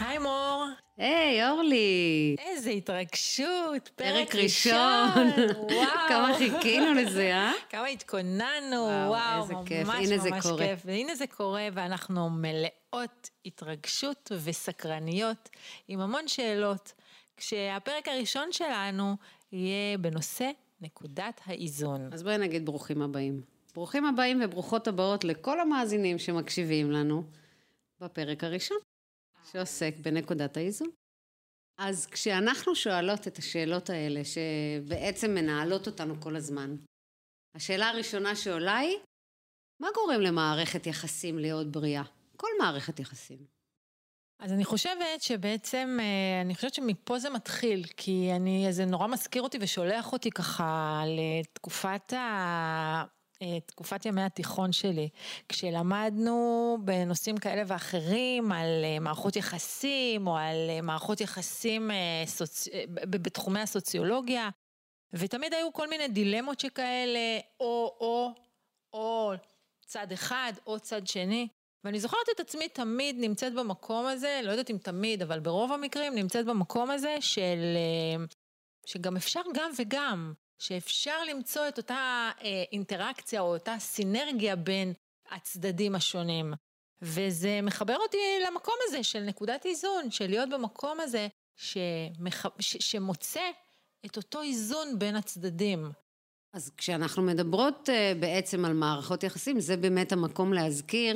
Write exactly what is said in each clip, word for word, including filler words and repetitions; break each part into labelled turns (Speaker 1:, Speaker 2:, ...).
Speaker 1: היי מור.
Speaker 2: היי, אורלי.
Speaker 1: איזה התרגשות,
Speaker 2: פרק
Speaker 1: פרק
Speaker 2: ראשון.
Speaker 1: ראשון. וואו.
Speaker 2: כמה חיכינו לזה, אה?
Speaker 1: כמה התכוננו,
Speaker 2: וואו,
Speaker 1: וואו,
Speaker 2: איזה
Speaker 1: ממש
Speaker 2: כיף.
Speaker 1: ממש
Speaker 2: הנה זה
Speaker 1: ממש
Speaker 2: קורה.
Speaker 1: כיף. והנה זה קורה, ואנחנו מלאות התרגשות וסקרניות, עם המון שאלות, כשהפרק הראשון שלנו יהיה בנושא נקודת האיזון.
Speaker 2: אז בואי נגיד ברוכים הבאים. ברוכים הבאים וברוכות הבאות לכל המאזינים שמקשיבים לנו בפרק הראשון, שעוסק בנקודת האיזון. אז כשאנחנו שואלות את השאלות האלה, שבעצם מנהלות אותנו כל הזמן, השאלה הראשונה שעולה היא, מה גורם למערכת יחסים להיות בריאה? כל מערכת יחסים.
Speaker 1: אז אני חושבת שבעצם, אני חושבת שמפה זה מתחיל, כי אני, זה נורא מזכיר אותי ושולח אותי ככה לתקופת ה... תקופת ימי התיכון שלי, כשלמדנו בנושאים כאלה ואחרים על מערכות יחסים או על מערכות יחסים סוצ... בתחומי הסוציולוגיה, ותמיד היו כל מיני דילמות שכאלה, או או או צד אחד או צד שני, ואני זוכרת את עצמי תמיד נמצאת במקום הזה, לא יודעת אם תמיד, אבל ברוב המקרים נמצאת במקום הזה של שגם אפשר גם וגם, שאפשר למצוא את אותה אה, אינטראקציה או אותה סינרגיה בין הצדדים השונים. וזה מחבר אותי למקום הזה של נקודת איזון, של להיות במקום הזה שמח... ש... שמוצא את אותו איזון בין הצדדים.
Speaker 2: אז כשאנחנו מדברות uh, בעצם על מערכות יחסים, זה באמת המקום להזכיר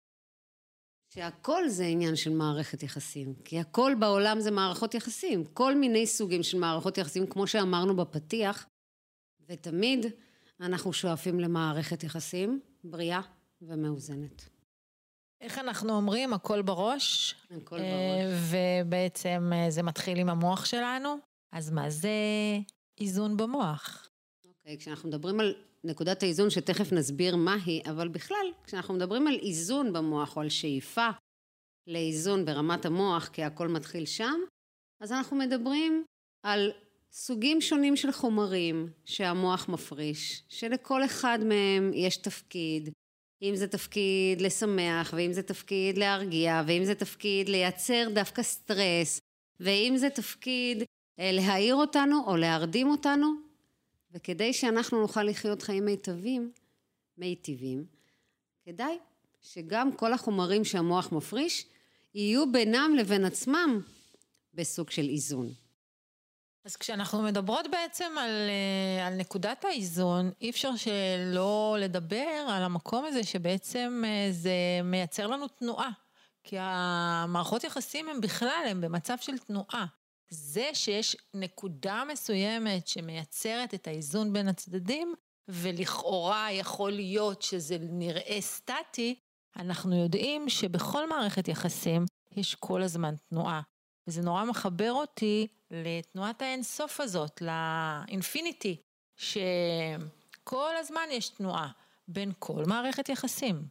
Speaker 2: שהכל זה עניין של מערכת יחסים, כי הכל בעולם זה מערכות יחסים, כל מיני סוגים של מערכות יחסים, כמו שאמרנו בפתיח, ותמיד אנחנו שואפים למערכת יחסים בריאה ומאוזנת.
Speaker 1: איך אנחנו אומרים? הכל בראש.
Speaker 2: הכל בראש.
Speaker 1: ובעצם זה מתחיל עם המוח שלנו. אז מה זה איזון במוח?
Speaker 2: אוקיי, כשאנחנו מדברים על נקודת האיזון, שתכף נסביר מה היא, אבל בכלל, כשאנחנו מדברים על איזון במוח או על שאיפה לאיזון ברמת המוח, כי הכל מתחיל שם, אז אנחנו מדברים על סוגים שונים של חומרים שהמוח מפריש, שלכל אחד מהם יש תפקיד, אם זה תפקיד לשמח, ואם זה תפקיד להרגיע, ואם זה תפקיד לייצר דווקא סטרס, ואם זה תפקיד להעיר אותנו או להרדים אותנו, וכדי שאנחנו נוכל לחיות חיים מיטביים, מיטיבים, כדאי שגם כל החומרים שהמוח מפריש, יהיו בינם לבין עצמם בסוג של איזון.
Speaker 1: אז כשאנחנו מדברות בעצם על, על נקודת האיזון, אי אפשר שלא לדבר על המקום הזה שבעצם זה מייצר לנו תנועה. כי המערכות יחסים הם בכלל, הם במצב של תנועה. זה שיש נקודה מסוימת שמייצרת את האיזון בין הצדדים, ולכאורה יכול להיות שזה נראה סטטי, אנחנו יודעים שבכל מערכת יחסים יש כל הזמן תנועה. וזה נורא מחבר אותי לתנועת האינסוף הזאת, לאינפיניטי, שכל הזמן יש תנועה בין כל מערכת יחסים.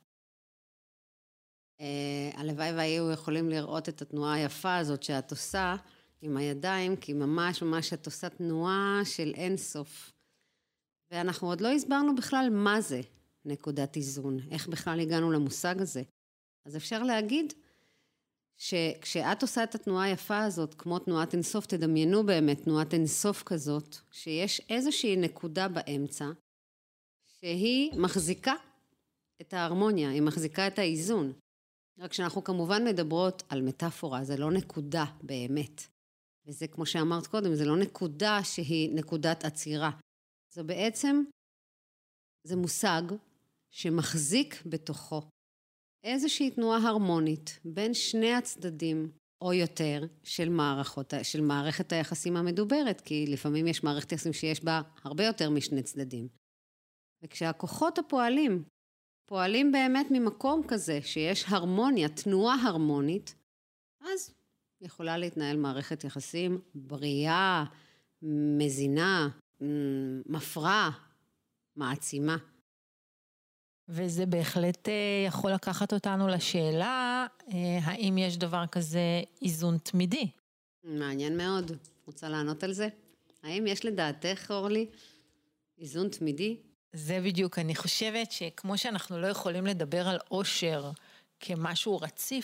Speaker 2: הלוואי והיו יכולים לראות את התנועה היפה הזאת שאת עושה עם הידיים, כי ממש ממש את עושה תנועה של אינסוף. ואנחנו עוד לא הסברנו בכלל מה זה נקודת איזון, איך בכלל הגענו למושג הזה. אז אפשר להגיד שכשאת עושה את התנועה היפה הזאת, כמו תנועת אינסוף, תדמיינו באמת תנועת אינסוף כזאת, שיש איזושהי נקודה באמצע, שהיא מחזיקה את ההרמוניה, היא מחזיקה את האיזון. רק שאנחנו כמובן מדברות על מטאפורה, זה לא נקודה באמת. וזה כמו שאמרת קודם, זה לא נקודה שהיא נקודת עצירה. זה בעצם, זה מושג שמחזיק בתוכו איזושהי תנועה הרמונית בין שני הצדדים או יותר של מערכות, של מערכת היחסים המדוברת, כי לפעמים יש מערכת יחסים שיש בה הרבה יותר משני צדדים. וכשהכוחות הפועלים, פועלים באמת ממקום כזה שיש הרמוניה, תנועה הרמונית, אז יכולה להתנהל מערכת יחסים בריאה, מזינה, מפרה, מעצימה.
Speaker 1: וזה בהחלט יכול לקחת אותנו לשאלה, האם יש דבר כזה איזון תמידי?
Speaker 2: מעניין מאוד. רוצה לענות על זה? האם יש לדעתך, אורלי, איזון תמידי?
Speaker 1: זה בדיוק, אני חושבת שכמו שאנחנו לא יכולים לדבר על עושר כמשהו רציף,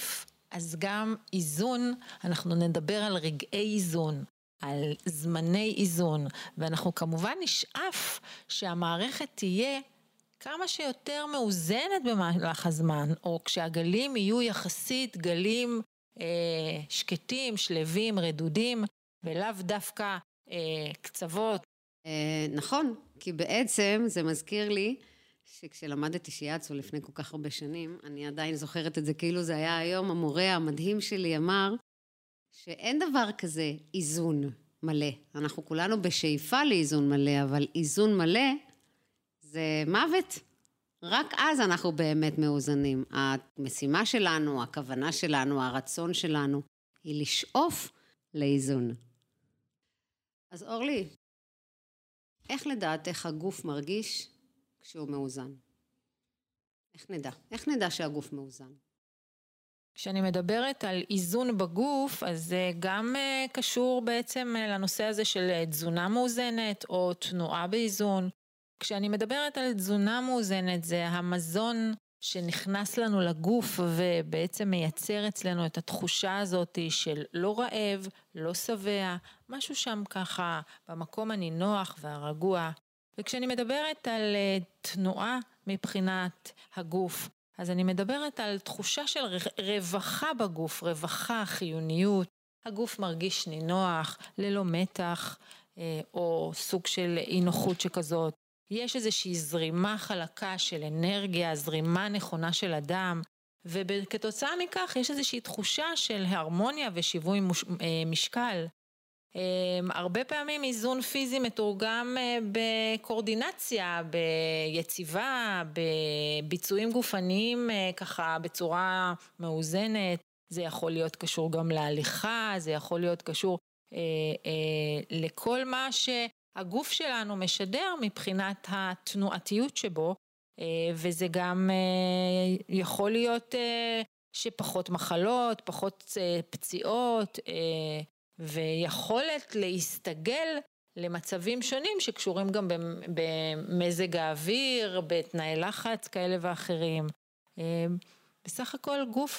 Speaker 1: אז גם איזון, אנחנו נדבר על רגעי איזון, על זמני איזון, ואנחנו כמובן נשאף שהמערכת תהיה כמה שיותר מאוזנת במהלך הזמן, או כשהגלים יהיו יחסית גלים אה, שקטים, שלבים, רדודים, ולאו דווקא אה, קצוות.
Speaker 2: אה, נכון, כי בעצם זה מזכיר לי שכשלמדתי שיאצו לפני כל כך הרבה שנים, אני עדיין זוכרת את זה כאילו זה היה היום, המורה המדהים שלי אמר שאין דבר כזה איזון מלא. אנחנו כולנו בשאיפה לאיזון מלא, אבל איזון מלא זה מוות. רק אז אנחנו באמת מאוזנים. המשימה שלנו, הכוונה שלנו, הרצון שלנו, היא לשאוף לאיזון. אז אורלי, איך לדעתך הגוף מרגיש כשהוא מאוזן? איך נדע? איך נדע שהגוף מאוזן?
Speaker 1: כשאני מדברת על איזון בגוף, אז זה גם קשור בעצם לנושא הזה של תזונה מאוזנת או תנועה באיזון. כשאני מדברת על תזונה מאוזנת, זה המזון שנכנס לנו לגוף ובעצם מייצר אצלנו את התחושה הזאת של לא רעב, לא שבע, משהו שם ככה במקום הנינוח והרגוע. וכשאני מדברת על תנועה מבחינת הגוף, אז אני מדברת על תחושה של רווחה בגוף, רווחה, חיוניות. הגוף מרגיש נינוח, ללא מתח, או סוג של אי נוחות שכזאת. יש איזושהי זרימה חלקה של אנרגיה, זרימה נכונה של אדם, וכתוצאה מכך יש איזושהי תחושה של הרמוניה ושיווי משקל. הרבה פעמים איזון פיזי מתורגם בקורדינציה, ביציבה, בביצועים גופניים ככה בצורה מאוזנת. זה יכול להיות קשור גם להליכה, זה יכול להיות קשור אה, אה, לכל מה שהגוף שלנו משדר מבחינת התנועתיות שבו, אה, וזה גם אה, יכול להיות אה, שפחות מחלות, פחות אה, פציעות, אה, ויכולת להסתגל למצבים שונים שקשורים גם במזג האוויר, בתנאי לחץ כאלה ואחרים. בסך הכל גוף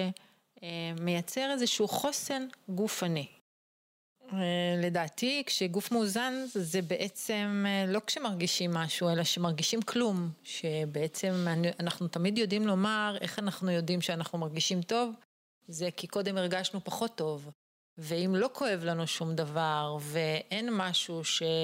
Speaker 1: שמייצר איזשהו חוסן גופני. לדעתי, כשגוף מאוזן זה בעצם לא כשמרגישים משהו, אלא שמרגישים כלום, שבעצם אנחנו תמיד יודעים לומר איך אנחנו יודעים שאנחנו מרגישים טוב, זה כי קודם הרגשנו פחות טוב. ואם לא כואב לנו שום דבר, ואין משהו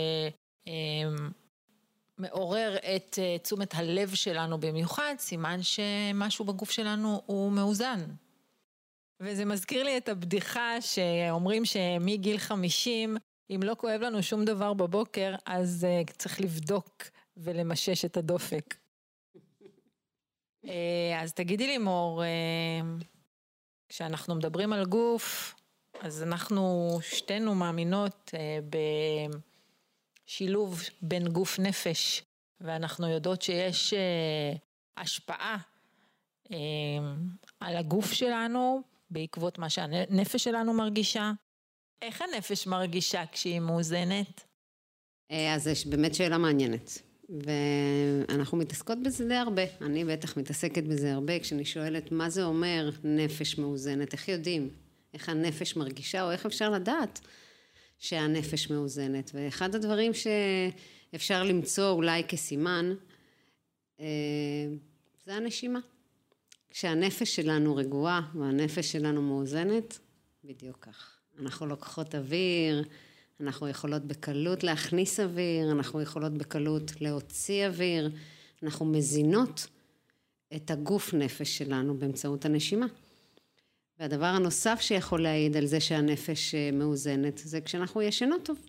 Speaker 1: שמעורר את תשומת הלב שלנו במיוחד, סימן שמשהו בגוף שלנו הוא מאוזן. וזה מזכיר לי את הבדיחה שאומרים שמגיל חמישים, אם לא כואב לנו שום דבר בבוקר, אז צריך לבדוק ולמשש את הדופק. אז תגידי לי מור, כשאנחנו מדברים על גוף, אז אנחנו שתינו מאמינות אה, בשילוב בין גוף נפש, ואנחנו יודעות שיש אה, השפעה אה, על הגוף שלנו, בעקבות מה שהנפש שלנו מרגישה. איך הנפש מרגישה כשהיא מאוזנת?
Speaker 2: אה, אז יש באמת שאלה מעניינת, ואנחנו מתעסקות בזה די הרבה. אני בטח מתעסקת בזה הרבה, כשאני שואלת מה זה אומר נפש מאוזנת, איך יודעים? איך הנפש מרגישה, או איך אפשר לדעת שהנפש מאוזנת. ואחד הדברים שאפשר למצוא אולי כסימן, זה הנשימה. כשהנפש שלנו רגועה, והנפש שלנו מאוזנת, בדיוק כך. אנחנו לוקחות אוויר, אנחנו יכולות בקלות להכניס אוויר, אנחנו יכולות בקלות להוציא אוויר, אנחנו מזינות את הגוף נפש שלנו באמצעות הנשימה. והדבר הנוסף שיכול להעיד על זה שהנפש מאוזנת, זה כשאנחנו ישנות טוב.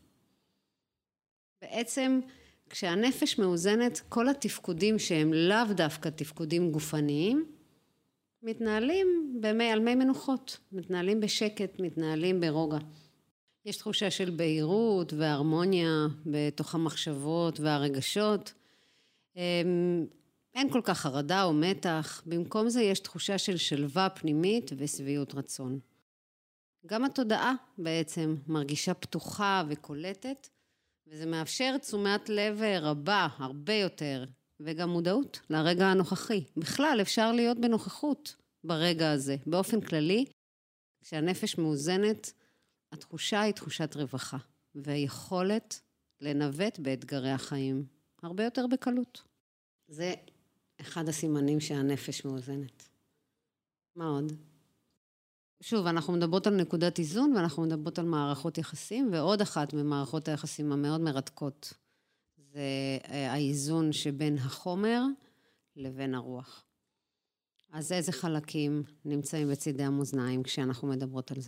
Speaker 2: בעצם, כשהנפש מאוזנת, כל התפקודים שהם לאו דווקא תפקודים גופניים, מתנהלים במי, על מי מנוחות, מתנהלים בשקט, מתנהלים ברוגע. יש תחושה של בהירות והרמוניה בתוך המחשבות והרגשות. אין כל כך חרדה או מתח, במקום זה יש תחושה של שלווה פנימית ושביעות רצון. גם התודעה בעצם מרגישה פתוחה וקולטת, וזה מאפשר תשומת לב רבה, הרבה יותר, וגם מודעות לרגע הנוכחי. בכלל אפשר להיות בנוכחות ברגע הזה. באופן כללי, כשהנפש מאוזנת, התחושה היא תחושת רווחה, והיכולת לנווט באתגרי החיים הרבה יותר בקלות. זה אחד הסימנים שהנפש מאוזנת. מה עוד? שוב, אנחנו מדברות על נקודת איזון, ואנחנו מדברות על מערכות יחסים, ועוד אחת ממערכות היחסים המאוד מרתקות, זה האיזון שבין החומר לבין הרוח. אז איזה חלקים נמצאים בצידי המאזניים כשאנחנו מדברות על זה?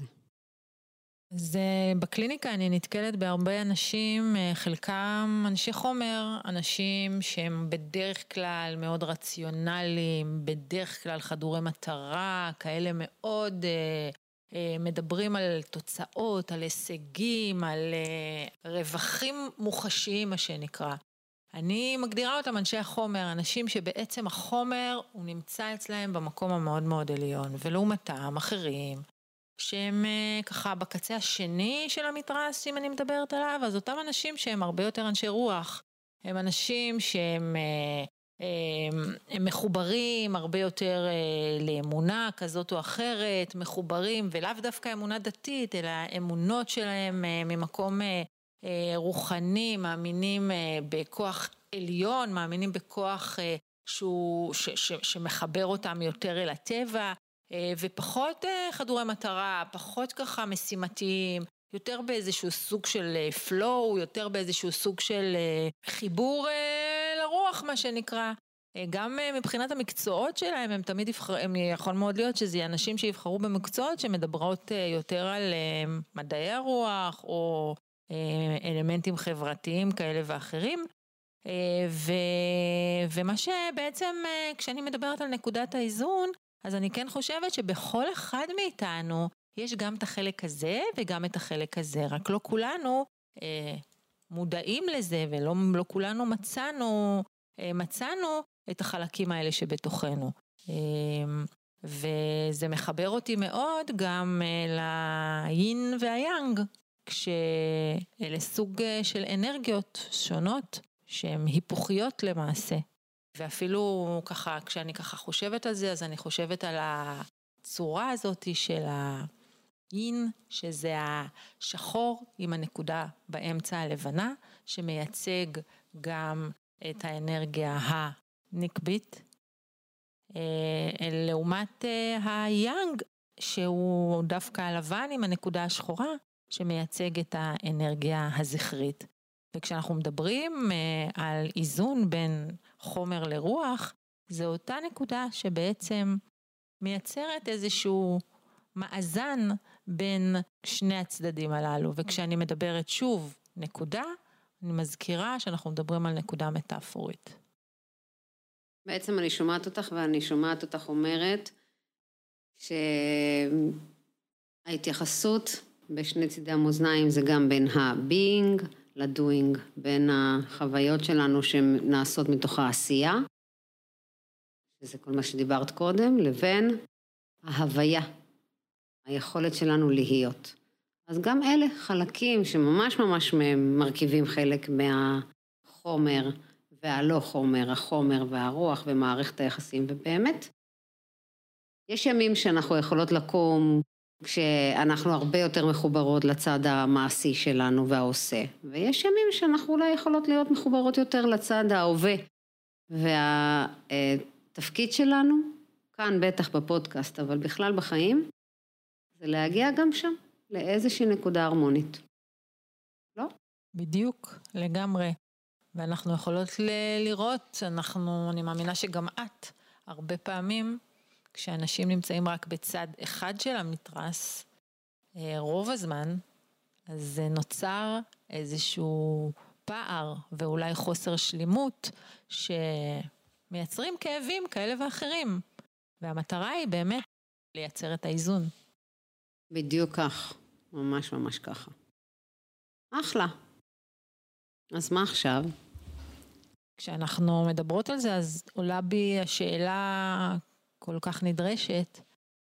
Speaker 1: אז בקליניקה אני נתקלת בהרבה אנשים, חלקם אנשי חומר, אנשים שהם בדרך כלל מאוד רציונליים, בדרך כלל חדורי מטרה, כאלה מאוד אה, אה, מדברים על תוצאות, על הישגים, על אה, רווחים מוחשיים, מה שנקרא. אני מגדירה אותם אנשי החומר, אנשים שבעצם החומר הוא נמצא אצלהם במקום המאוד מאוד עליון, ולעומתם אחרים, שהם ככה בקצה השני של המתרס, אם אני מדברת עליו, אז אותם אנשים שהם הרבה יותר אנשי רוח, הם אנשים שהם הם, הם מחוברים הרבה יותר לאמונה כזאת או אחרת, מחוברים, ולאו דווקא אמונה דתית, אלא אמונות שלהם ממקום רוחני, מאמינים בכוח עליון, מאמינים בכוח שהוא, ש, ש, שמחבר אותם יותר אל הטבע, ופחות חדורי מטרה, פחות ככה משימתיים, יותר באיזשהו סוג של flow, יותר באיזשהו סוג של חיבור לרוח, מה שנקרא. גם מבחינת המקצועות שלהם, הם תמיד יבחר, הם יכול מאוד להיות שזה אנשים שיבחרו במקצועות שמדברות יותר על מדעי הרוח, או אלמנטים חברתיים כאלה ואחרים. ו, ומה שבעצם, כשאני מדברת על נקודת האיזון, אז אני כן חושבת שבכל אחד מאיתנו יש גם את החלק הזה וגם את החלק הזה, רק לא כולנו אה, מודעים לזה ולא לא כולנו מצאנו, אה, מצאנו את החלקים האלה שבתוכנו. אה, וזה מחבר אותי מאוד גם אה, ליין והיאנג, כשאלה סוג של אנרגיות שונות שהן היפוכיות למעשה. ואפילו ככה, כשאני ככה חושבת על זה, אז אני חושבת על הצורה הזאת של היין, שזה השחור עם הנקודה באמצע הלבנה, שמייצג גם את האנרגיה הנקבית, לעומת היאנג, שהוא דווקא הלבן עם הנקודה השחורה, שמייצג את האנרגיה הזכרית. וכשאנחנו מדברים על איזון בין חומר לרוח, זו אותה נקודה שבעצם מייצרת איזשהו מאזן בין שני הצדדים הללו. וכשאני מדברת שוב נקודה, אני מזכירה שאנחנו מדברים על נקודה מטאפורית.
Speaker 2: בעצם אני שומעת אותך ואני שומעת אותך אומרת שההתייחסות בשני צידי המאזניים זה גם בין ה-being לדוינג, בין החוויות שלנו שנעשות מתוך העשייה, שזה כל מה שדיברת קודם, לבין ההוויה, היכולת שלנו להיות. אז גם אלה חלקים שממש ממש מרכיבים חלק מהחומר והלא חומר, החומר והרוח ומערכת היחסים, ובאמת יש ימים שאנחנו יכולות לקום כשאנחנו הרבה יותר מחוברות לצד המעשי שלנו והעושה, ויש ימים שאנחנו אולי יכולות להיות מחוברות יותר לצד ההווה, והתפקיד שלנו, כאן בטח בפודקאסט, אבל בכלל בחיים, זה להגיע גם שם לאיזושהי נקודה הרמונית. לא?
Speaker 1: בדיוק, לגמרי. ואנחנו יכולות ל- לראות, אנחנו, אני מאמינה שגם את, הרבה פעמים, כשאנשים נמצאים רק בצד אחד של המתרס, רוב הזמן, אז זה נוצר איזשהו פער ואולי חוסר שלימות שמייצרים כאבים כאלה ואחרים. והמטרה היא באמת לייצר את האיזון.
Speaker 2: בדיוק כך, ממש ממש ככה. אחלה. אז מה עכשיו?
Speaker 1: כשאנחנו מדברות על זה, אז עולה בי השאלה כל כך נדרשת,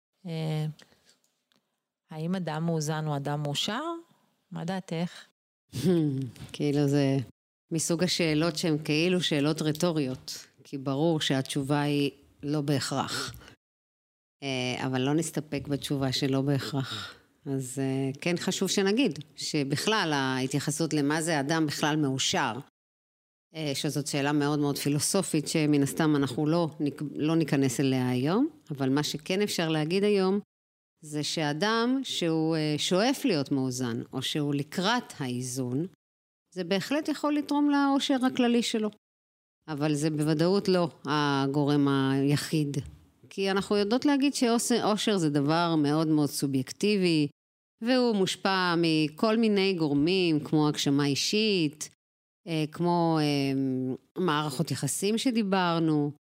Speaker 1: האם אדם מאוזן או אדם מאושר? מה דעתך?
Speaker 2: כאילו זה מסוג השאלות שהן כאילו שאלות רטוריות, כי ברור שהתשובה היא לא בהכרח. אבל לא נסתפק בתשובה שלא בהכרח. אז כן חשוב שנגיד, שבכלל ההתייחסות למה זה אדם בכלל מאושר, שזאת שאלה מאוד מאוד פילוסופית, שמן הסתם אנחנו לא, לא ניכנס אליה היום, אבל מה שכן אפשר להגיד היום, זה שאדם שהוא שואף להיות מאוזן, או שהוא לקראת האיזון, זה בהחלט יכול לתרום לאושר הכללי שלו. אבל זה בוודאות לא הגורם היחיד. כי אנחנו יודעות להגיד שאושר זה דבר מאוד מאוד סובייקטיבי, והוא מושפע מכל מיני גורמים, כמו הגשמה אישית, כמו מערכות יחסים שדיברנו,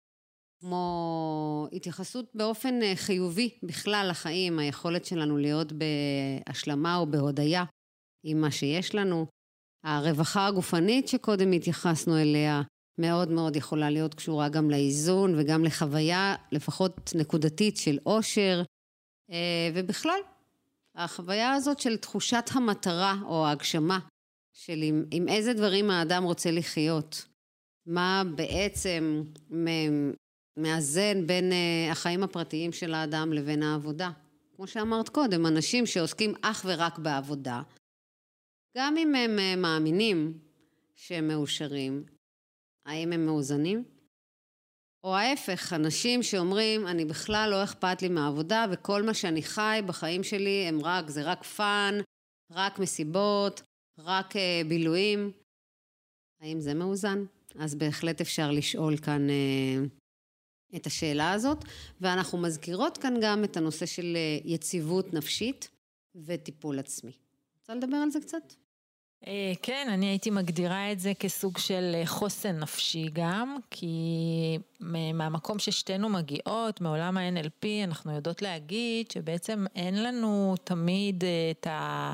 Speaker 2: כמו התייחסות באופן חיובי בכלל לחיים, היכולת שלנו להיות בהשלמה או בהודיה עם מה שיש לנו. הרווחה הגופנית שקודם התייחסנו אליה, מאוד מאוד יכולה להיות קשורה גם לאיזון וגם לחוויה לפחות נקודתית של אושר, ובכלל החוויה הזאת של תחושת המטרה או ההגשמה, של עם, עם איזה דברים האדם רוצה לחיות, מה בעצם מאזן בין החיים הפרטיים של האדם לבין העבודה. כמו שאמרת קודם, אנשים שעוסקים אך ורק בעבודה, גם אם הם מאמינים שהם מאושרים, האם הם מאוזנים? או ההפך, אנשים שאומרים, אני בכלל לא אכפת לי מהעבודה, וכל מה שאני חי בחיים שלי הם רק, זה רק פן, רק מסיבות, רק בילויים. האם זה מאוזן? אז בהחלט אפשר לשאול כאן את השאלה הזאת, ואנחנו מזכירות כאן גם את הנושא של יציבות נפשית וטיפול עצמי. רוצה לדבר על זה קצת?
Speaker 1: כן, אני הייתי מגדירה את זה כסוג של חוסן נפשי גם, כי מהמקום ששתינו מגיעות, מעולם ה-אן אל פי, אנחנו יודעות להגיד שבעצם אין לנו תמיד את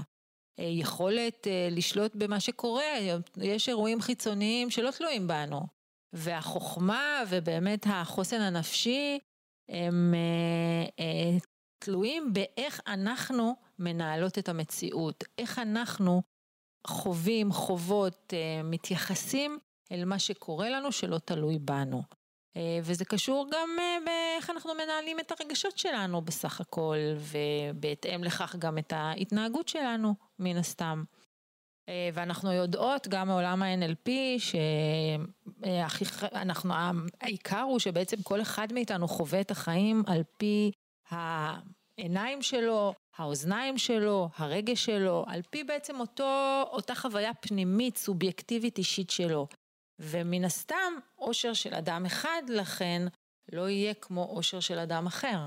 Speaker 1: היכולת לשלוט במה שקורה, יש אירועים חיצוניים שלא תלויים בנו, והחוכמה ובאמת החוסן הנפשי הם תלויים באיך אנחנו מנהלות את המציאות, איך אנחנו חווים, חובות, מתייחסים אל מה שקורה לנו שלא תלוי בנו. וזה קשור גם באיך אנחנו מנהלים את הרגשות שלנו בסך הכל, ובהתאם לכך גם את ההתנהגות שלנו מן הסתם. ואנחנו יודעות גם מעולם ה-אן אל פי שאנחנו, העיקר הוא שבעצם כל אחד מאיתנו חווה את החיים על פי העיניים שלו, האוזניים שלו, הרגש שלו, על פי בעצם אותו, אותה חוויה פנימית, סובייקטיבית אישית שלו. ומן הסתם, אושר של אדם אחד לכן לא יהיה כמו אושר של אדם אחר.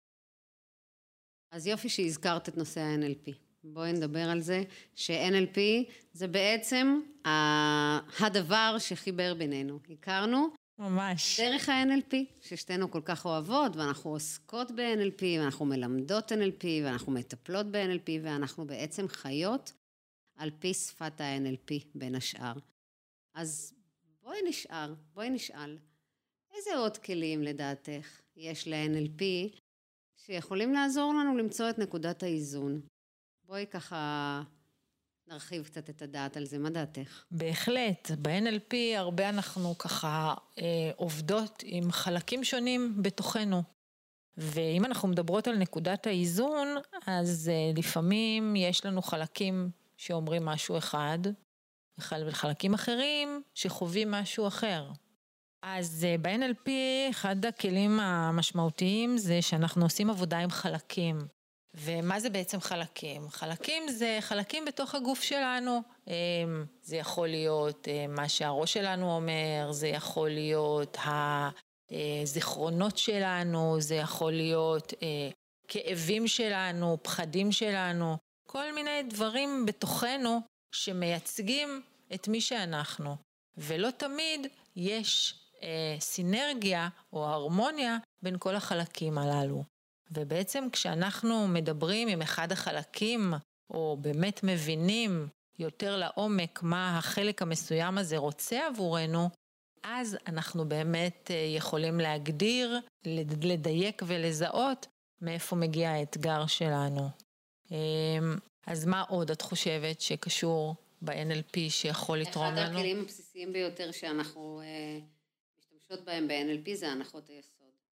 Speaker 2: אז יופי שהזכרת את נושא ה-אן אל פי. בואי נדבר על זה, ש-אן אל פי זה בעצם הדבר שחיבר בינינו. הכרנו
Speaker 1: ממש.
Speaker 2: דרך ה-אן אל פי, ששתינו כל כך אוהבות, ואנחנו עוסקות ב-אן אל פי, ואנחנו מלמדות אן אל פי, ואנחנו מטפלות ב-אן אל פי, ואנחנו בעצם חיות על פי שפת ה-אן אל פי בין השאר. אז בואי נשאר, בואי נשאל, איזה עוד כלים לדעתך יש ל-אן אל פי, שיכולים לעזור לנו למצוא את נקודת האיזון? בואי ככה נרחיב קצת את הדעת על זה, מה דעתך?
Speaker 1: בהחלט, ב-אן אל פי הרבה אנחנו ככה אה, עובדות עם חלקים שונים בתוכנו. ואם אנחנו מדברות על נקודת האיזון, אז אה, לפעמים יש לנו חלקים שאומרים משהו אחד, וחלקים אחרים שחווים משהו אחר. אז אה, ב-אן אל פי אחד הכלים המשמעותיים זה שאנחנו עושים עבודה עם חלקים. ומה זה בעצם חלקים? חלקים זה חלקים בתוך הגוף שלנו. זה יכול להיות מה שהראש שלנו אומר, זה יכול להיות הזיכרונות שלנו, זה יכול להיות כאבים שלנו, פחדים שלנו, כל מיני דברים בתוכנו שמייצגים את מי שאנחנו. ולא תמיד יש סינרגיה או הרמוניה בין כל החלקים הללו. ובעצם כשאנחנו מדברים עם אחד החלקים, או באמת מבינים יותר לעומק מה החלק המסוים הזה רוצה עבורנו, אז אנחנו באמת יכולים להגדיר, לדייק ולזהות מאיפה מגיע האתגר שלנו. אז מה עוד את חושבת שקשור ב-אן אל פי שיכול לתרום לנו?
Speaker 2: אחד הכלים הבסיסיים ביותר שאנחנו משתמשות בהם ב-אן אל פי זה הנחות היסוד.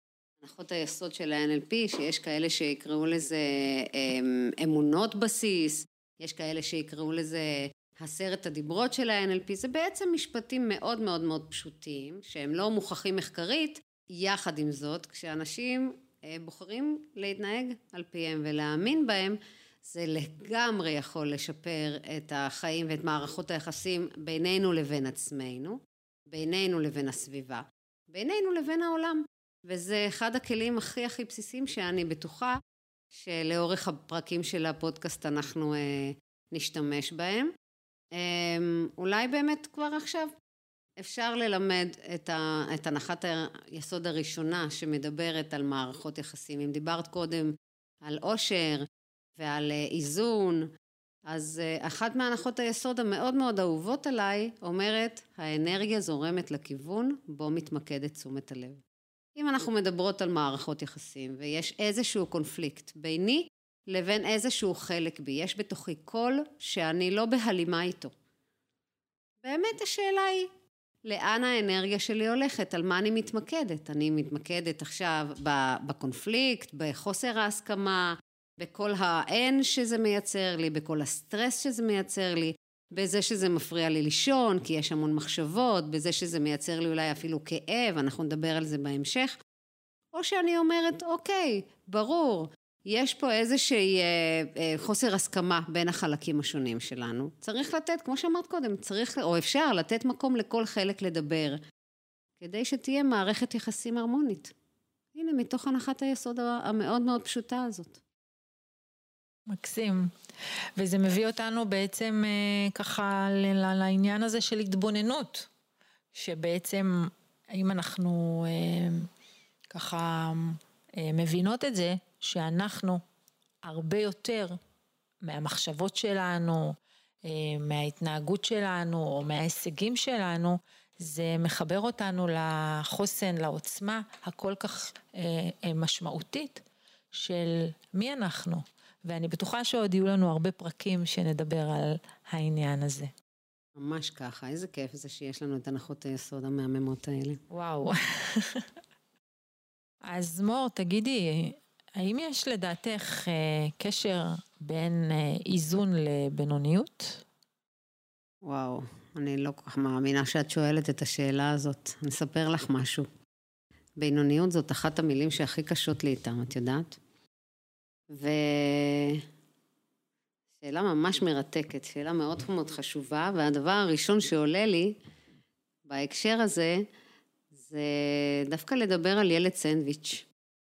Speaker 2: הנחות היסוד של ה-אן אל פי, שיש כאלה שיקראו לזה אמונות בסיס, יש כאלה שיקראו לזה עשרת הדיברות של ה-אן אל פי, זה בעצם משפטים מאוד מאוד מאוד פשוטים, שהם לא מוכחים מחקרית, יחד עם זאת, כשאנשים בוחרים להתנהג על פיהם ולהאמין בהם, זה לגמרי יכול לשפר את החיים ואת מערכות היחסים בינינו לבין עצמנו, בינינו לבין הסביבה, בינינו לבין העולם. וזה אחד הכלים הכי הכי בסיסיים שאני בטוחה שלאורך הפרקים של הפודקאסט אנחנו אה, נשתמש בהם. אה, אולי באמת כבר עכשיו אפשר ללמד את, ה, את הנחת היסוד הראשונה שמדברת על מערכות יחסים. אם דיברת קודם על עושר ועל איזון, אז אחת מהנחות היסוד המאוד מאוד אהובות עליי אומרת, האנרגיה זורמת לכיוון בו מתמקדת תשומת הלב. אם אנחנו מדברות על מערכות יחסים ויש איזשהו קונפליקט ביני לבין איזשהו חלק בי, יש בתוכי קול שאני לא בהלימה איתו. באמת השאלה היא, לאן האנרגיה שלי הולכת, על מה אני מתמקדת? אני מתמקדת עכשיו בקונפליקט, בחוסר ההסכמה, בכל האין שזה מייצר לי, בכל הסטרס שזה מייצר לי, בזה שזה מפריע לי לישון, כי יש המון מחשבות, בזה שזה מייצר לי אולי אפילו כאב, אנחנו נדבר על זה בהמשך, או שאני אומרת, אוקיי, ברור, יש פה איזושהי חוסר הסכמה בין החלקים השונים שלנו. צריך לתת, כמו שאמרת קודם, צריך, או אפשר לתת מקום לכל חלק לדבר, כדי שתהיה מערכת יחסים הרמונית. הנה, מתוך הנחת היסוד המאוד מאוד פשוטה הזאת.
Speaker 1: מקסים. וזה מביא אותנו בעצם ככה לעניין הזה של התבוננות, שבעצם אם אנחנו ככה מבינות את זה, שאנחנו הרבה יותר מהמחשבות שלנו, מההתנהגות שלנו או מההישגים שלנו, זה מחבר אותנו לחוסן, לעוצמה הכל כך משמעותית של מי אנחנו. ואני בטוחה שעוד יהיו לנו הרבה פרקים שנדבר על העניין הזה.
Speaker 2: ממש ככה, איזה כיף זה שיש לנו את הנחות היסוד המהממות האלה.
Speaker 1: וואו. אז מור, תגידי, האם יש לדעתך קשר בין איזון לבינוניות?
Speaker 2: וואו, אני לא כל כך מאמינה שאת שואלת את השאלה הזאת. אני אספר לך משהו. בינוניות זאת אחת המילים שהכי קשות לי איתם, את יודעת? ושאלה ממש מרתקת, שאלה מאוד מאוד חשובה, והדבר הראשון שעולה לי בהקשר הזה, זה דווקא לדבר על ילד סנדוויץ'.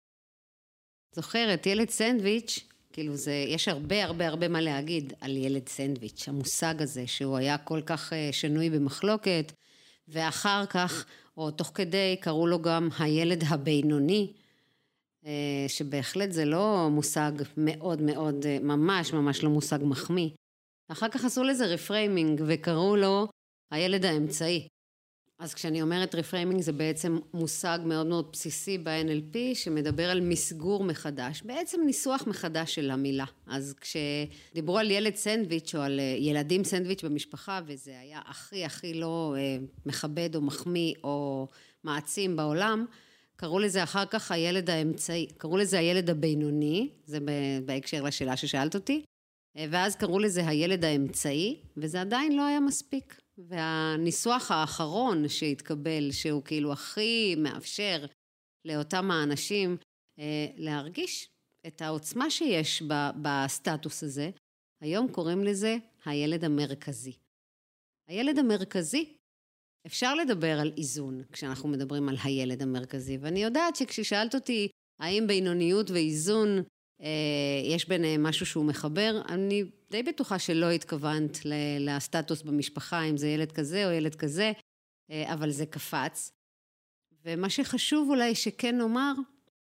Speaker 2: זוכרת, ילד סנדוויץ', כאילו זה, יש הרבה הרבה הרבה מה להגיד על ילד סנדוויץ', המושג הזה שהוא היה כל כך שנוי במחלוקת, ואחר כך, או תוך כדי, קראו לו גם הילד הבינוני, שבהחלט זה לא מושג מאוד מאוד, ממש ממש לא מושג מחמיא. אחר כך עשו לזה רפריימינג וקראו לו הילד האמצעי. אז כשאני אומרת רפריימינג זה בעצם מושג מאוד מאוד בסיסי ב-אן אל פי שמדבר על מסגור מחדש, בעצם ניסוח מחדש של המילה. אז כשדיברו על ילד סנדוויץ' או על ילדים סנדוויץ' במשפחה וזה היה הכי הכי לא מכבד או מחמיא או מעצים בעולם, קראו לזה אחר כך הילד האמצעי, קראו לזה הילד הבינוני, זה בהקשר לשאלה ששאלת אותי, ואז קראו לזה הילד האמצעי, וזה עדיין לא היה מספיק. והניסוח האחרון שהתקבל, שהוא כאילו הכי מאפשר לאותם האנשים להרגיש את העוצמה שיש בסטטוס הזה, היום קוראים לזה הילד המרכזי. הילד המרכזי, אפשר לדבר על איזון כשאנחנו מדברים על הילד המרכזי, ואני יודעת שכששאלת אותי האם בינוניות ואיזון יש ביניהם משהו שהוא מחבר, אני די בטוחה שלא התכוונת לסטטוס במשפחה, אם זה ילד כזה או ילד כזה, אבל זה קפץ. ומה שחשוב אולי שכן נאמר,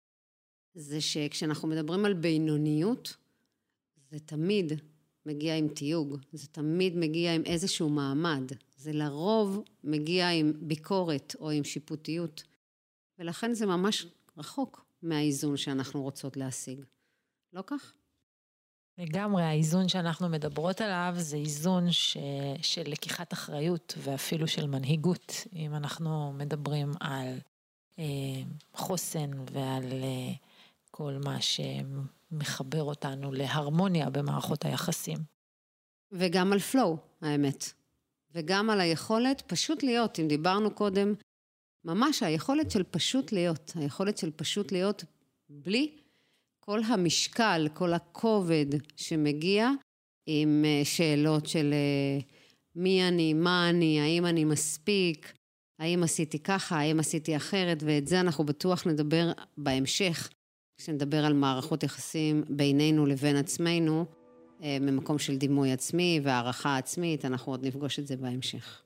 Speaker 2: זה שכשאנחנו מדברים על בינוניות, זה תמיד מגיע עם תיוג, זה תמיד מגיע עם איזשהו מעמד, זה לרוב מגיע עם ביקורת או עם שיפוטיות, ולכן זה ממש רחוק מהאיזון שאנחנו רוצות להשיג. לא כך?
Speaker 1: לגמרי, האיזון שאנחנו מדברות עליו זה איזון ש... של לקיחת אחריות ואפילו של מנהיגות, אם אנחנו מדברים על חוסן ועל כל מה שמחבר אותנו להרמוניה במערכות היחסים.
Speaker 2: וגם על flow, האמת. וגם על היכולת פשוט להיות, אם דיברנו קודם, ממש היכולת של פשוט להיות, היכולת של פשוט להיות בלי כל המשקל, כל הכובד שמגיע עם שאלות של מי אני, מה אני, האם אני מספיק, האם עשיתי ככה, האם עשיתי אחרת, ואת זה אנחנו בטוח נדבר בהמשך, כשנדבר על מערכות יחסים בינינו לבין עצמנו, ממקום של דימוי עצמי והערכה עצמית, אנחנו עוד נפגוש את זה בהמשך.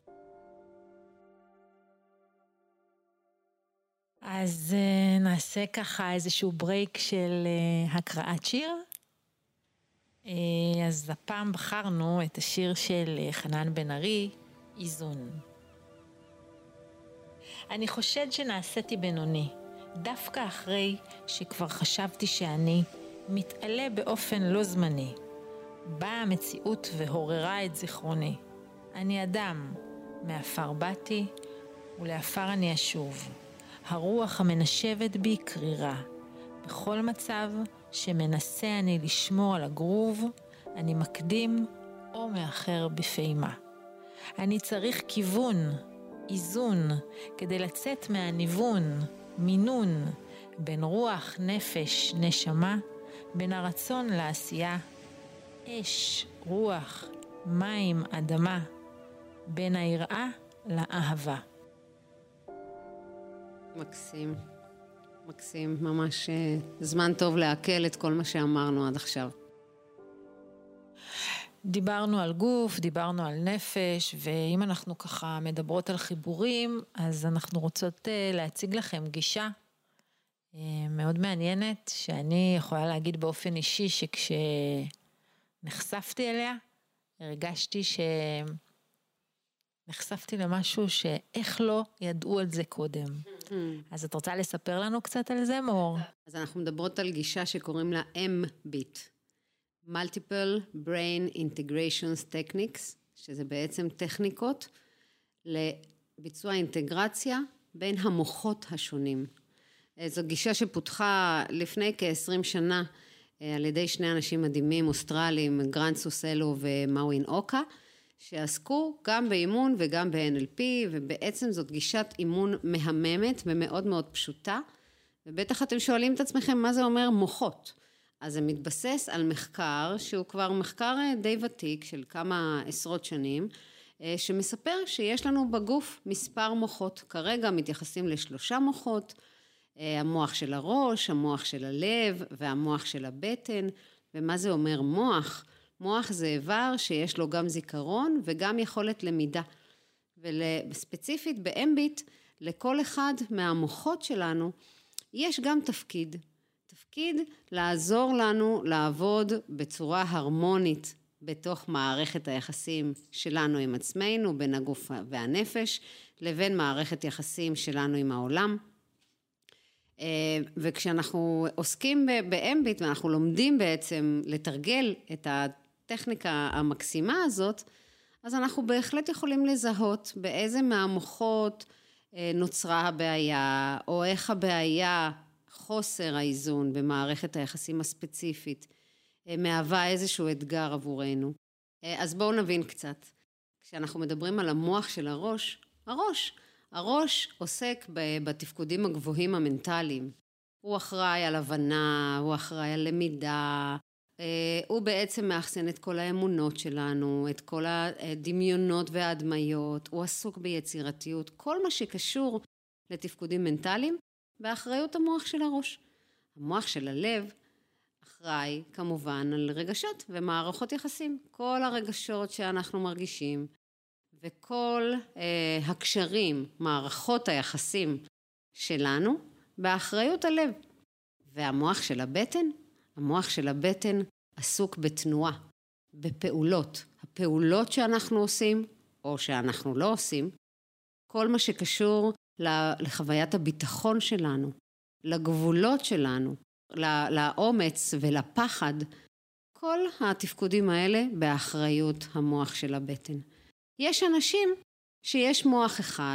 Speaker 1: אז נעשה ככה איזשהו ברייק של הקראת שיר. אז הפעם בחרנו את השיר של חנן בן ארי, איזון. אני חושד שנעשיתי בינוני, דווקא אחרי שכבר חשבתי שאני מתעלה באופן לא זמני. באה המציאות והוררה את זיכרוני. אני אדם, מאפר באתי ולאפר אני אשוב. הרוח המנשבת בי קרירה. בכל מצב שמנסה אני לשמור על הגרוב, אני מקדים או מאחר בפעימה. אני צריך כיוון, איזון, כדי לצאת מהניוון, מינון, בין רוח, נפש, נשמה, בין הרצון לעשייה, אש, רוח, מים, אדמה, בין היראה לאהבה.
Speaker 2: מקסים, מקסים, ממש זמן טוב להקל את כל מה שאמרנו עד עכשיו.
Speaker 1: דיברנו על גוף, דיברנו על נפש, ואם אנחנו ככה מדברות על חיבורים, אז אנחנו רוצות להציג לכם גישה מאוד מעניינת, שאני יכולה להגיד באופן אישי שכשנחשפתי אליה, הרגשתי שנחשפתי למשהו שאיך לא ידעו על זה קודם. אז את רוצה לספר לנו קצת על זה, מור?
Speaker 2: אז אנחנו מדברות על גישה שקוראים לה M-ביט. Multiple Brain Integrations Techniques, שזה בעצם טכניקות לביצוע אינטגרציה בין המוחות השונים. זו גישה שפותחה לפני כ-עשרים שנה על ידי שני אנשים מדהימים אוסטרליים, גרנט סוסלו ומאווין אוקה, שעסקו גם באימון וגם ב-אן אל פי, ובעצם זאת גישת אימון מהממת ומאוד מאוד פשוטה, ובטח אתם שואלים את עצמכם מה זה אומר מוחות. אז זה מתבסס על מחקר שהוא כבר מחקר די ותיק של כמה עשרות שנים, שמספר שיש לנו בגוף מספר מוחות. כרגע מתייחסים לשלושה מוחות, המוח של הראש, המוח של הלב והמוח של הבטן. ומה זה אומר מוח? מוח זה איבר שיש לו גם זיכרון וגם יכולת למידה. וספציפית ב-M-ביט, לכל אחד מהמוחות שלנו יש גם תפקיד. תפקיד לעזור לנו לעבוד בצורה הרמונית בתוך מערכת היחסים שלנו עם עצמנו, בין הגוף והנפש, לבין מערכת יחסים שלנו עם העולם. וכשאנחנו עוסקים ב-M-ביט ואנחנו לומדים בעצם לתרגל את הטכניקה המקסימה הזאת, אז אנחנו בהחלט יכולים לזהות באיזה מהמוחות נוצרה הבעיה, או איך הבעיה, חוסר האיזון במערכת היחסים הספציפית, מהווה איזשהו אתגר עבורנו. אז בואו נבין קצת. כשאנחנו מדברים על המוח של הראש, הראש, הראש עוסק בתפקודים הגבוהים המנטליים. הוא אחראי על הבנה, הוא אחראי על למידה, הוא בעצם מאחסן את כל האמונות שלנו, את כל הדמיונות וההדמיות, הוא עסוק ביצירתיות, כל מה שקשור לתפקודים מנטליים, באחריות המוח של הראש. המוח של הלב אחראי כמובן על רגשות ומערכות יחסים. כל הרגשות שאנחנו מרגישים וכל אה, הקשרים, מערכות היחסים שלנו באחריות הלב. והמוח של הבטן, המוח של הבטן עסוק בתנועה, בפעולות. הפעולות שאנחנו עושים או שאנחנו לא עושים, כל מה שקשור לחוויית הביטחון שלנו, לגבולות שלנו, לאומץ ולפחד, כל התפקודים האלה באחריות המוח של הבטן. יש אנשים שיש מוח אחד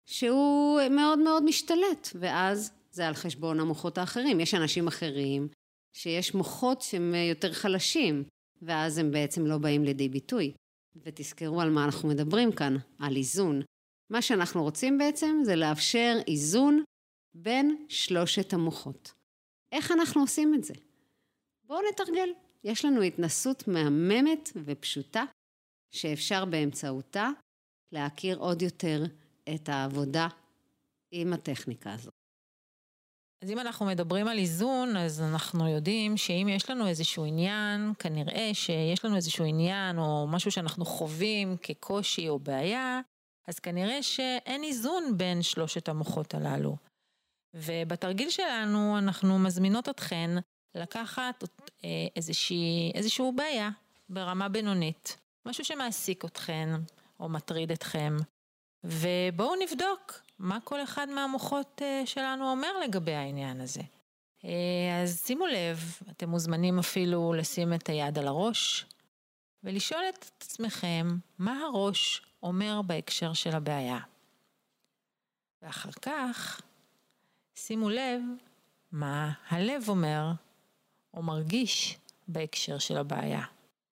Speaker 2: שהוא מאוד מאוד משתלט, ואז זה על חשבון המוחות האחרים. יש אנשים אחרים שיש מוחות שהם יותר חלשים, ואז הם בעצם לא באים לידי ביטוי. ותזכרו על מה אנחנו מדברים כאן, על איזון. מה שאנחנו רוצים בעצם זה לאפשר איזון בין שלושת המוחות. איך אנחנו עושים את זה? בואו נתרגל. יש לנו התנסות מהממת ופשוטה, שאפשר באמצעותה להכיר עוד יותר את העבודה עם הטכניקה הזאת.
Speaker 1: אז אם אנחנו מדברים על איזון, אז אנחנו יודעים שאם יש לנו איזשהו עניין, כנראה שיש לנו איזשהו עניין או משהו שאנחנו חווים כקושי או בעיה, אז כנראה שאין איזון בין שלושת המוחות הללו. ובתרגיל שלנו אנחנו מזמינות אתכן לקחת איזושהי, איזשהו בעיה ברמה בינונית, משהו שמעסיק אתכן או מטריד אתכם, ובואו נבדוק מה כל אחד מהמוחות שלנו אומר לגבי העניין הזה. אז שימו לב, אתם מוזמנים אפילו לשים את היד על הראש, ולשאול את עצמכם מה הראש אומר בהקשר של הבעיה. ואחר כך, שימו לב מה הלב אומר או מרגיש בהקשר של הבעיה.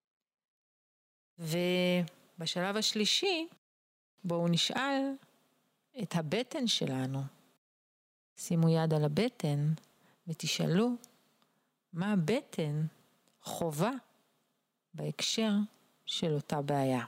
Speaker 1: ובשלב השלישי, בואו נשאל את הבטן שלנו. שימו יד על הבטן ותשאלו מה הבטן חובה בהקשר של אותה בעיה.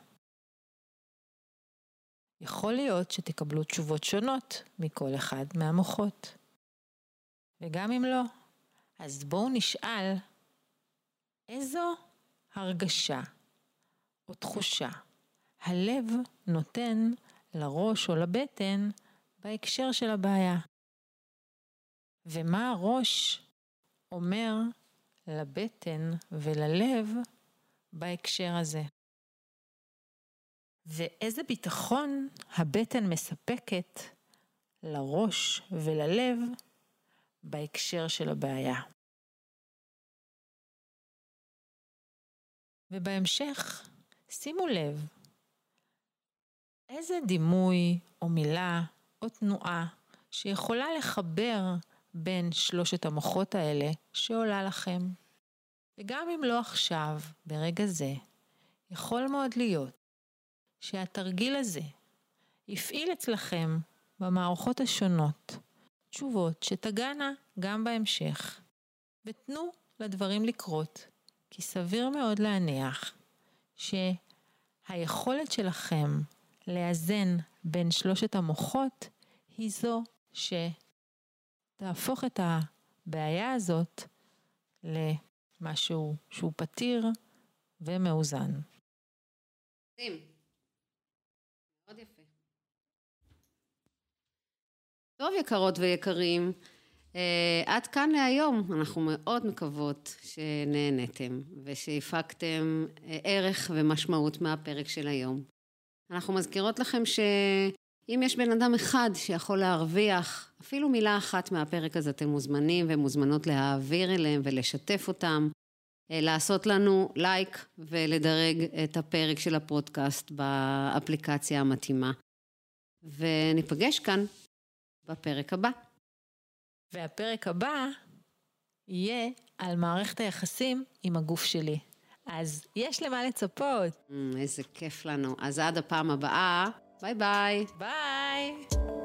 Speaker 1: יכול להיות שתקבלו תשובות שונות מכל אחד מהמוחות. וגם אם לא, אז בואו נשאל איזו הרגשה או תחושה הלב נותן לראש או לבטן בהקשר של הבעיה. ומה הראש אומר לבטן וללב בהקשר הזה. ואיזה ביטחון הבטן מספקת לראש וללב בהקשר של הבעיה. ובהמשך, שימו לב, איזה דימוי או מילה או תנועה שיכולה לחבר בין שלושת המוחות האלה שעולה לכם. וגם אם לא עכשיו, ברגע זה, יכול מאוד להיות שהתרגיל הזה יפעיל אצלכם במערכות השונות תשובות שתגענה גם בהמשך. ותנו לדברים לקרות, כי סביר מאוד להניח שהיכולת שלכם לאזן בין שלושת המוחות היא זו שתהפוך את הבעיה הזאת למשהו שהוא פתיר ומאוזן.
Speaker 2: מאוד יפה. טוב יקרות ויקרים, עד כאן להיום. אנחנו מאוד מקוות שנהנתם ושהפקתם ערך ומשמעות מהפרק של היום. אנחנו מזכירות לכם שאם יש בן אדם אחד שיכול להרוויח אפילו מילה אחת מהפרק הזה, אתם מוזמנים ומוזמנות להעביר אליהם ולשתף אותם, לעשות לנו לייק ולדרג את הפרק של הפודקאסט באפליקציה המתאימה. וניפגש כאן בפרק הבא.
Speaker 1: והפרק הבא יהיה על מערכת היחסים עם הגוף שלי. אז יש למה לצפות.
Speaker 2: איזה כיף לנו. אז עד הפעם הבאה. ביי ביי.
Speaker 1: ביי.